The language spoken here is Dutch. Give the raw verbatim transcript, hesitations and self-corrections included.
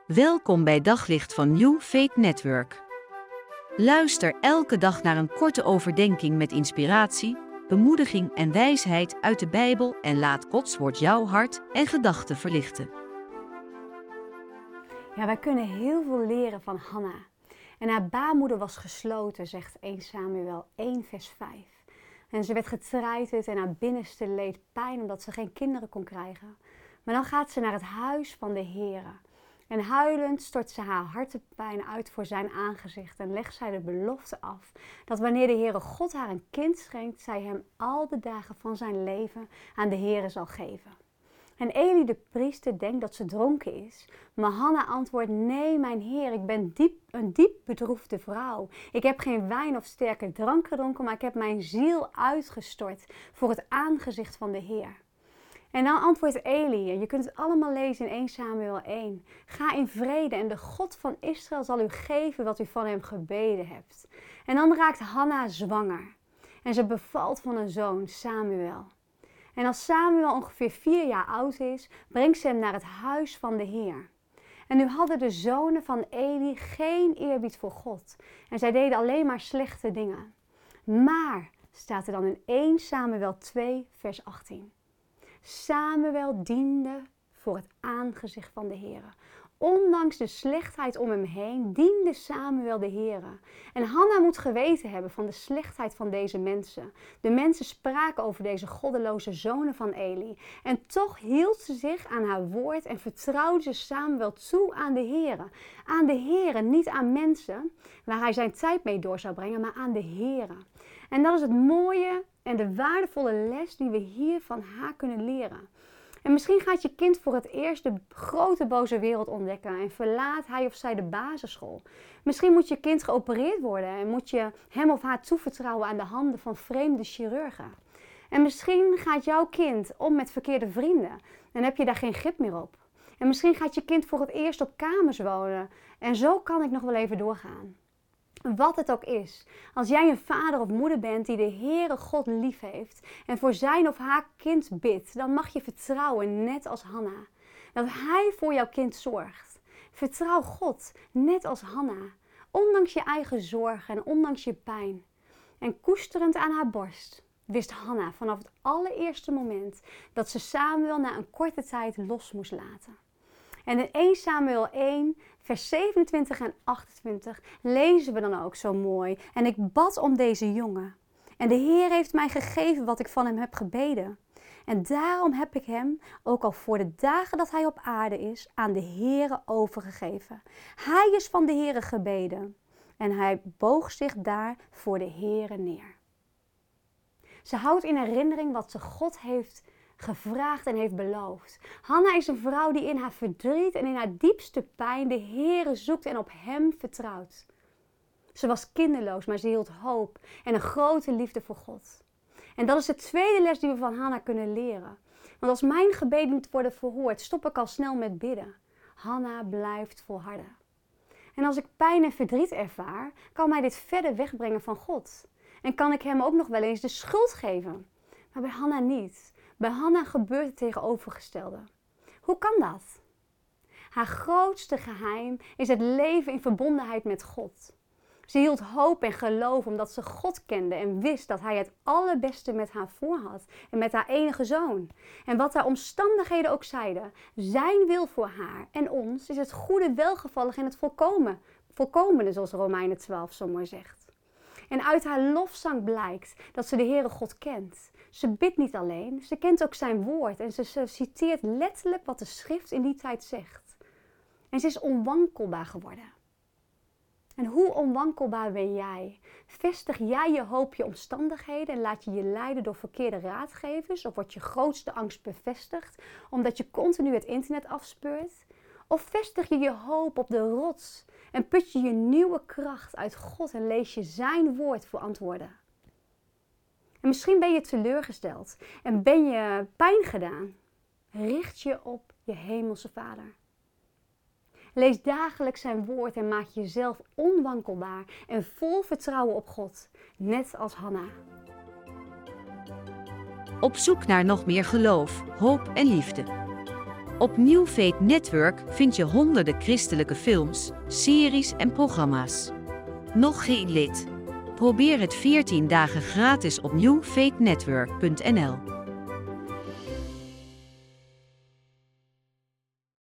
Welkom bij Daglicht van New Faith Network. Luister elke dag naar een korte overdenking met inspiratie, bemoediging en wijsheid uit de Bijbel en laat Gods woord jouw hart en gedachten verlichten. Ja, wij kunnen heel veel leren van Hanna. En haar baarmoeder was gesloten, zegt eerste Samuel één vers vijf. En ze werd getreiterd en haar binnenste leed pijn omdat ze geen kinderen kon krijgen. Maar dan gaat ze naar het huis van de Heere. En huilend stort ze haar hartepijn uit voor zijn aangezicht en legt zij de belofte af dat wanneer de Heere God haar een kind schenkt, zij hem al de dagen van zijn leven aan de Heere zal geven. En Eli de priester denkt dat ze dronken is, maar Hanna antwoordt: nee mijn Heer, ik ben diep, een diep bedroefde vrouw. Ik heb geen wijn of sterke drank gedronken, maar ik heb mijn ziel uitgestort voor het aangezicht van de Heer. En dan antwoordt Eli, en je kunt het allemaal lezen in eerste Samuel één. Ga in vrede en de God van Israël zal u geven wat u van hem gebeden hebt. En dan raakt Hanna zwanger. En ze bevalt van een zoon, Samuel. En als Samuel ongeveer vier jaar oud is, brengt ze hem naar het huis van de Heer. En nu hadden de zonen van Eli geen eerbied voor God. En zij deden alleen maar slechte dingen. Maar, staat er dan in eerste Samuel twee vers achttien. Samuel diende voor het aangezicht van de Heere. Ondanks de slechtheid om hem heen diende Samuel de Heere. En Hanna moet geweten hebben van de slechtheid van deze mensen. De mensen spraken over deze goddeloze zonen van Eli. En toch hield ze zich aan haar woord en vertrouwde ze Samuel toe aan de Heere. Aan de Heere, niet aan mensen waar hij zijn tijd mee door zou brengen, maar aan de Heere. En dat is het mooie en de waardevolle les die we hier van haar kunnen leren. En misschien gaat je kind voor het eerst de grote boze wereld ontdekken en verlaat hij of zij de basisschool. Misschien moet je kind geopereerd worden en moet je hem of haar toevertrouwen aan de handen van vreemde chirurgen. En misschien gaat jouw kind om met verkeerde vrienden en heb je daar geen grip meer op. En misschien gaat je kind voor het eerst op kamers wonen en zo kan ik nog wel even doorgaan. Wat het ook is, als jij een vader of moeder bent die de Heere God lief heeft en voor zijn of haar kind bidt, dan mag je vertrouwen, net als Hanna, dat hij voor jouw kind zorgt. Vertrouw God, net als Hanna, ondanks je eigen zorgen en ondanks je pijn. En koesterend aan haar borst wist Hanna vanaf het allereerste moment dat ze Samuel na een korte tijd los moest laten. En in eerste Samuel één, vers zevenentwintig en achtentwintig lezen we dan ook zo mooi. En ik bad om deze jongen. En de Heer heeft mij gegeven wat ik van hem heb gebeden. En daarom heb ik hem, ook al voor de dagen dat hij op aarde is, aan de Heere overgegeven. Hij is van de Heere gebeden. En hij boog zich daar voor de Heere neer. Ze houdt in herinnering wat ze God heeft gevraagd en heeft beloofd. Hanna is een vrouw die in haar verdriet en in haar diepste pijn de Heere zoekt en op hem vertrouwt. Ze was kinderloos, maar ze hield hoop en een grote liefde voor God. En dat is de tweede les die we van Hanna kunnen leren. Want als mijn gebeden niet worden verhoord, stop ik al snel met bidden. Hanna blijft volharden. En als ik pijn en verdriet ervaar, kan mij dit verder wegbrengen van God. En kan ik hem ook nog wel eens de schuld geven. Maar bij Hanna niet. Bij Hanna gebeurt het tegenovergestelde. Hoe kan dat? Haar grootste geheim is het leven in verbondenheid met God. Ze hield hoop en geloof omdat ze God kende en wist dat hij het allerbeste met haar voor had en met haar enige zoon. En wat haar omstandigheden ook zeiden, zijn wil voor haar en ons is het goede, welgevallig en het volkomen, volkomene, zoals Romeinen twaalf zo mooi zegt. En uit haar lofzang blijkt dat ze de Heere God kent. Ze bidt niet alleen, ze kent ook zijn woord en ze citeert letterlijk wat de schrift in die tijd zegt. En ze is onwankelbaar geworden. En hoe onwankelbaar ben jij? Vestig jij je hoop op je omstandigheden en laat je je leiden door verkeerde raadgevers? Of wordt je grootste angst bevestigd omdat je continu het internet afspeurt? Of vestig je je hoop op de rots en put je je nieuwe kracht uit God en lees je zijn woord voor antwoorden? En misschien ben je teleurgesteld en ben je pijn gedaan. Richt je op je hemelse Vader. Lees dagelijks zijn woord en maak jezelf onwankelbaar en vol vertrouwen op God, net als Hanna. Op zoek naar nog meer geloof, hoop en liefde. Op New Faith Network vind je honderden christelijke films, series en programma's. Nog geen lid? Probeer het veertien dagen gratis op new faith network punt n l.